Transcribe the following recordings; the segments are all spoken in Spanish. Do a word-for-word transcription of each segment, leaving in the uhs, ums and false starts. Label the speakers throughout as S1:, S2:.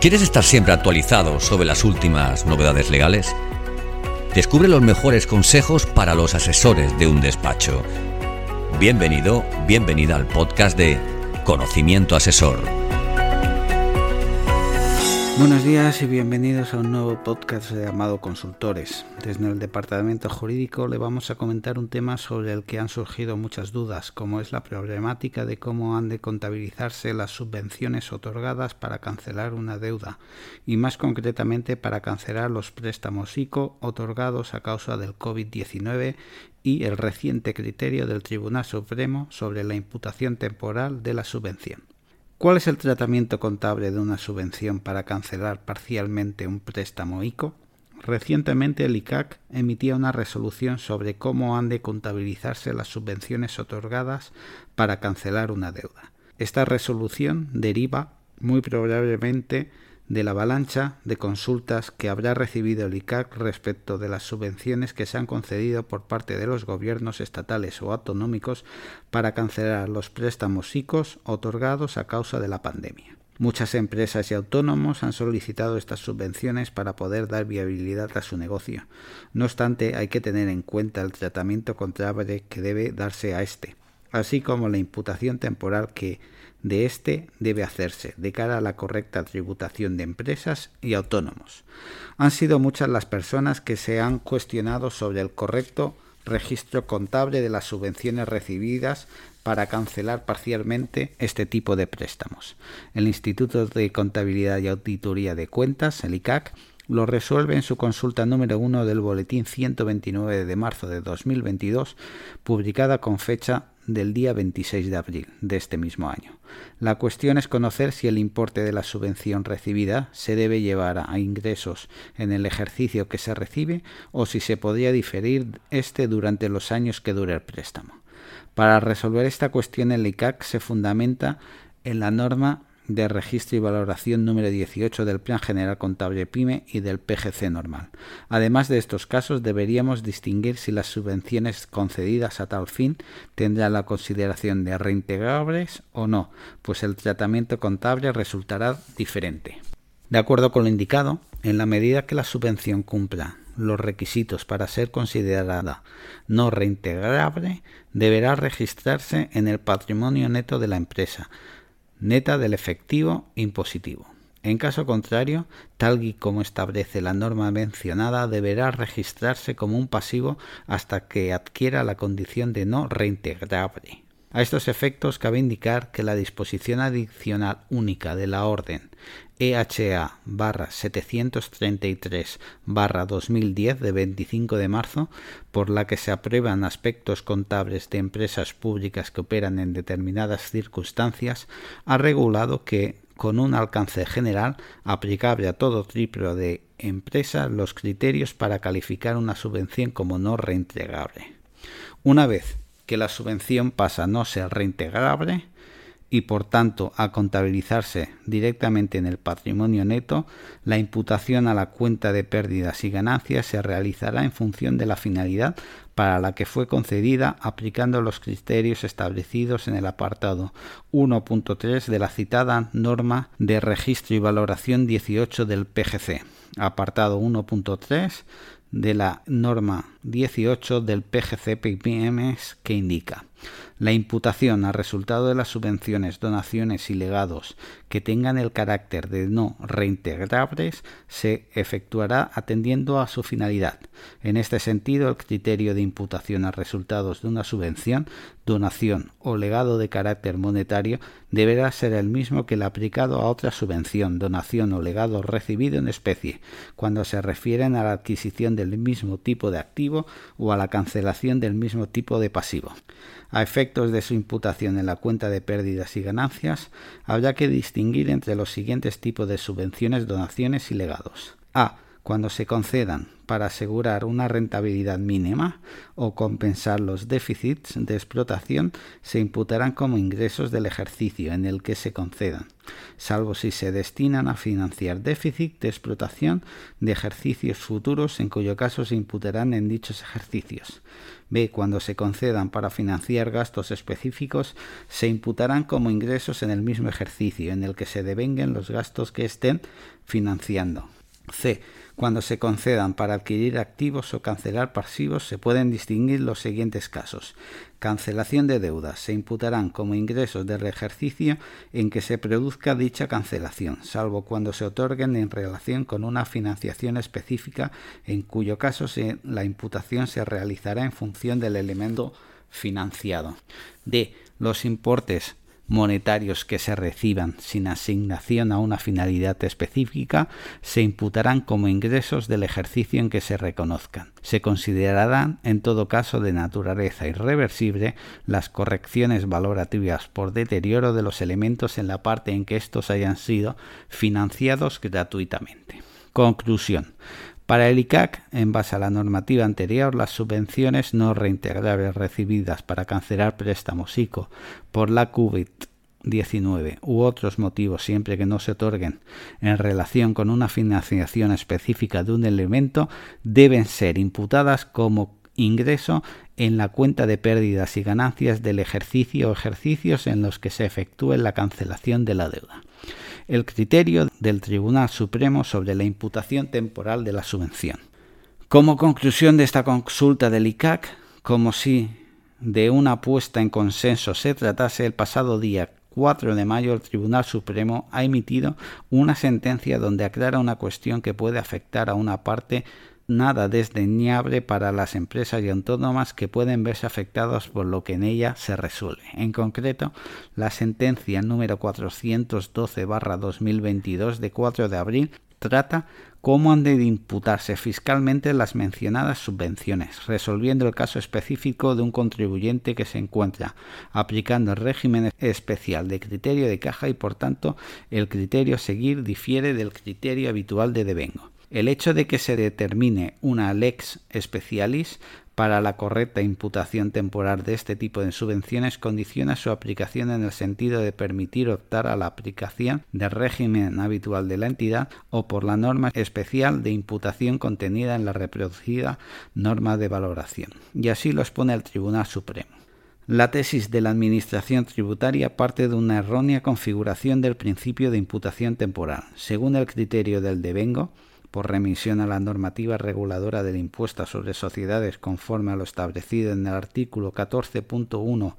S1: ¿Quieres estar siempre actualizado sobre las últimas novedades legales? Descubre los mejores consejos para los asesores de un despacho. Bienvenido, bienvenida al podcast de Conocimiento Asesor.
S2: Buenos días y bienvenidos a un nuevo podcast llamado Consultores. Desde el departamento jurídico le vamos a comentar un tema sobre el que han surgido muchas dudas, como es la problemática de cómo han de contabilizarse las subvenciones otorgadas para cancelar una deuda, y más concretamente para cancelar los préstamos ICO otorgados a causa del covid diecinueve y el reciente criterio del Tribunal Supremo sobre la imputación temporal de la subvención. ¿Cuál es el tratamiento contable de una subvención para cancelar parcialmente un préstamo ICO? Recientemente el I C A C emitía una resolución sobre cómo han de contabilizarse las subvenciones otorgadas para cancelar una deuda. Esta resolución deriva muy probablemente de la avalancha de consultas que habrá recibido el I C A C respecto de las subvenciones que se han concedido por parte de los gobiernos estatales o autonómicos para cancelar los préstamos ICOs otorgados a causa de la pandemia. Muchas empresas y autónomos han solicitado estas subvenciones para poder dar viabilidad a su negocio. No obstante, hay que tener en cuenta el tratamiento contable que debe darse a este, así como la imputación temporal que de este debe hacerse de cara a la correcta tributación de empresas y autónomos. Han sido muchas las personas que se han cuestionado sobre el correcto registro contable de las subvenciones recibidas para cancelar parcialmente este tipo de préstamos. El Instituto de Contabilidad y Auditoría de Cuentas, el I C A C, lo resuelve en su consulta número uno del boletín ciento veintinueve de marzo de dos mil veintidós, publicada con fecha del día veintiséis de abril de este mismo año. La cuestión es conocer si el importe de la subvención recibida se debe llevar a ingresos en el ejercicio que se recibe o si se podría diferir este durante los años que dure el préstamo. Para resolver esta cuestión, el I C A C se fundamenta en la norma de registro y valoración número dieciocho del Plan General Contable PYME y del P G C normal. Además de estos casos, deberíamos distinguir si las subvenciones concedidas a tal fin tendrán la consideración de reintegrables o no, pues el tratamiento contable resultará diferente. De acuerdo con lo indicado, en la medida que la subvención cumpla los requisitos para ser considerada no reintegrable, deberá registrarse en el patrimonio neto de la empresa, neta del efectivo impositivo. En caso contrario, tal y como establece la norma mencionada, deberá registrarse como un pasivo hasta que adquiera la condición de no reintegrable. A estos efectos cabe indicar que la disposición adicional única de la orden E H A barra setecientos treinta y tres barra dos mil diez de veinticinco de marzo, por la que se aprueban aspectos contables de empresas públicas que operan en determinadas circunstancias, ha regulado que, con un alcance general aplicable a todo tipo de empresa, los criterios para calificar una subvención como no reintegrable. Una vez que la subvención pasa a no ser reintegrable y por tanto a contabilizarse directamente en el patrimonio neto, la imputación a la cuenta de pérdidas y ganancias se realizará en función de la finalidad para la que fue concedida, aplicando los criterios establecidos en el apartado uno punto tres de la citada norma de registro y valoración dieciocho del P G C, apartado uno punto tres de la norma dieciocho del P G C PYME, que indica: la imputación a resultado de las subvenciones, donaciones y legados que tengan el carácter de no reintegrables se efectuará atendiendo a su finalidad. En este sentido, el criterio de imputación a resultados de una subvención, donación o legado de carácter monetario deberá ser el mismo que el aplicado a otra subvención, donación o legado recibido en especie, cuando se refieren a la adquisición del mismo tipo de activo o a la cancelación del mismo tipo de pasivo. A efectos de su imputación en la cuenta de pérdidas y ganancias, habrá que distinguir entre los siguientes tipos de subvenciones, donaciones y legados. A. cuando se concedan para asegurar una rentabilidad mínima o compensar los déficits de explotación, se imputarán como ingresos del ejercicio en el que se concedan, salvo si se destinan a financiar déficit de explotación de ejercicios futuros, en cuyo caso se imputarán en dichos ejercicios. B. Cuando se concedan para financiar gastos específicos, se imputarán como ingresos en el mismo ejercicio en el que se devenguen los gastos que estén financiando. C. Cuando se concedan para adquirir activos o cancelar pasivos, se pueden distinguir los siguientes casos. Cancelación de deudas. Se imputarán como ingresos del ejercicio en que se produzca dicha cancelación, salvo cuando se otorguen en relación con una financiación específica, en cuyo caso se, la imputación se realizará en función del elemento financiado. D. Los importes monetarios que se reciban sin asignación a una finalidad específica se imputarán como ingresos del ejercicio en que se reconozcan. Se considerarán en todo caso de naturaleza irreversible las correcciones valorativas por deterioro de los elementos en la parte en que estos hayan sido financiados gratuitamente. Conclusión. Para el I C A C, en base a la normativa anterior, las subvenciones no reintegrables recibidas para cancelar préstamos I C O por la COVID diecinueve u otros motivos, siempre que no se otorguen en relación con una financiación específica de un elemento, deben ser imputadas como ingreso en la cuenta de pérdidas y ganancias del ejercicio o ejercicios en los que se efectúe la cancelación de la deuda. El criterio del Tribunal Supremo sobre la imputación temporal de la subvención. Como conclusión de esta consulta del I C A C, como si de una puesta en consenso se tratase, el pasado día cuatro de mayo el Tribunal Supremo ha emitido una sentencia donde aclara una cuestión que puede afectar a una parte nada desdeñable para las empresas y autónomas que pueden verse afectados por lo que en ella se resuelve. En concreto, la sentencia número cuatrocientos doce barra dos mil veintidós de cuatro de abril trata cómo han de imputarse fiscalmente las mencionadas subvenciones, resolviendo el caso específico de un contribuyente que se encuentra aplicando el régimen especial de criterio de caja y, por tanto, el criterio a seguir difiere del criterio habitual de devengo. El hecho de que se determine una lex specialis para la correcta imputación temporal de este tipo de subvenciones condiciona su aplicación en el sentido de permitir optar a la aplicación del régimen habitual de la entidad o por la norma especial de imputación contenida en la reproducida norma de valoración. Y así lo expone el Tribunal Supremo. La tesis de la Administración tributaria parte de una errónea configuración del principio de imputación temporal. Según el criterio del devengo, por remisión a la normativa reguladora del impuesto sobre sociedades conforme a lo establecido en el artículo catorce punto uno.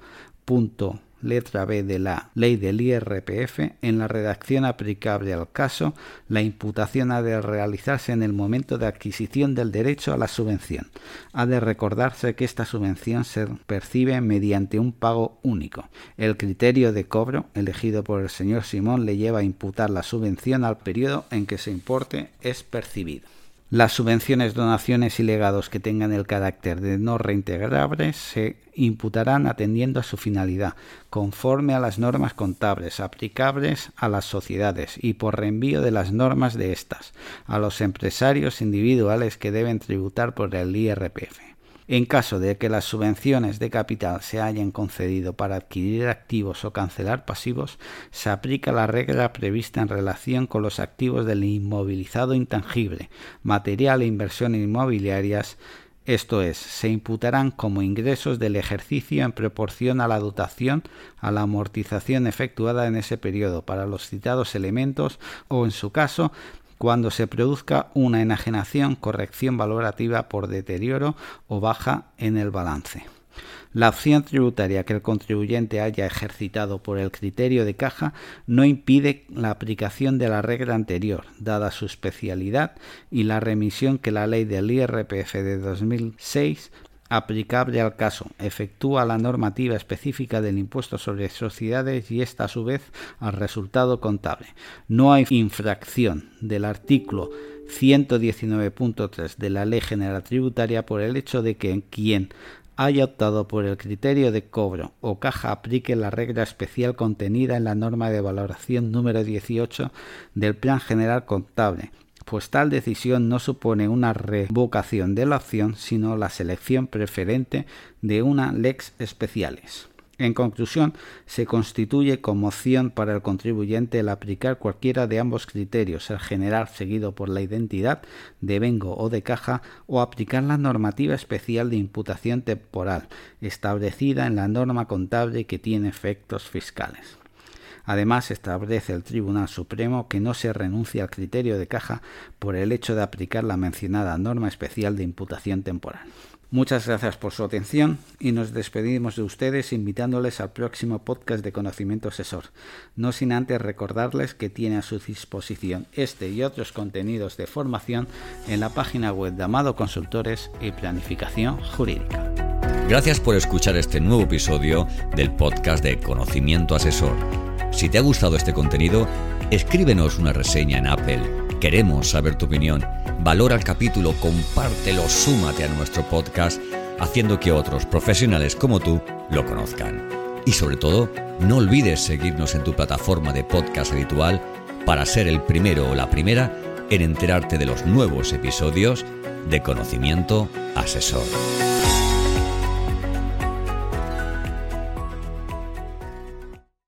S2: Letra B de la Ley del I R P F, en la redacción aplicable al caso, la imputación ha de realizarse en el momento de adquisición del derecho a la subvención. Ha de recordarse que esta subvención se percibe mediante un pago único. El criterio de cobro, elegido por el señor Simón, le lleva a imputar la subvención al periodo en que su importe es percibido. Las subvenciones, donaciones y legados que tengan el carácter de no reintegrables se imputarán atendiendo a su finalidad, conforme a las normas contables aplicables a las sociedades y por reenvío de las normas de estas a los empresarios individuales que deben tributar por el I R P F. En caso de que las subvenciones de capital se hayan concedido para adquirir activos o cancelar pasivos, se aplica la regla prevista en relación con los activos del inmovilizado intangible, material e inversión inmobiliarias, esto es, se imputarán como ingresos del ejercicio en proporción a la dotación a la amortización efectuada en ese periodo para los citados elementos o, en su caso, cuando se produzca una enajenación, corrección valorativa por deterioro o baja en el balance. La opción tributaria que el contribuyente haya ejercitado por el criterio de caja no impide la aplicación de la regla anterior, dada su especialidad y la remisión que la ley del I R P F de dos mil seis aplicable al caso efectúa la normativa específica del impuesto sobre sociedades y esta a su vez al resultado contable. No hay infracción del artículo ciento diecinueve punto tres de la Ley General Tributaria por el hecho de que quien haya optado por el criterio de cobro o caja aplique la regla especial contenida en la norma de valoración número dieciocho del Plan General Contable, pues tal decisión no supone una revocación de la opción, sino la selección preferente de una lex specialis. En conclusión, se constituye como opción para el contribuyente el aplicar cualquiera de ambos criterios, el general seguido por la identidad, devengo o de caja, o aplicar la normativa especial de imputación temporal, establecida en la norma contable que tiene efectos fiscales. Además, establece el Tribunal Supremo que no se renuncia al criterio de caja por el hecho de aplicar la mencionada norma especial de imputación temporal. Muchas gracias por su atención y nos despedimos de ustedes invitándoles al próximo podcast de Conocimiento Asesor, no sin antes recordarles que tiene a su disposición este y otros contenidos de formación en la página web de Amado Consultores y Planificación Jurídica.
S1: Gracias por escuchar este nuevo episodio del podcast de Conocimiento Asesor. Si te ha gustado este contenido, escríbenos una reseña en Apple. Queremos saber tu opinión. Valora el capítulo, compártelo, súmate a nuestro podcast, haciendo que otros profesionales como tú lo conozcan. Y sobre todo, no olvides seguirnos en tu plataforma de podcast habitual para ser el primero o la primera en enterarte de los nuevos episodios de Conocimiento Asesor.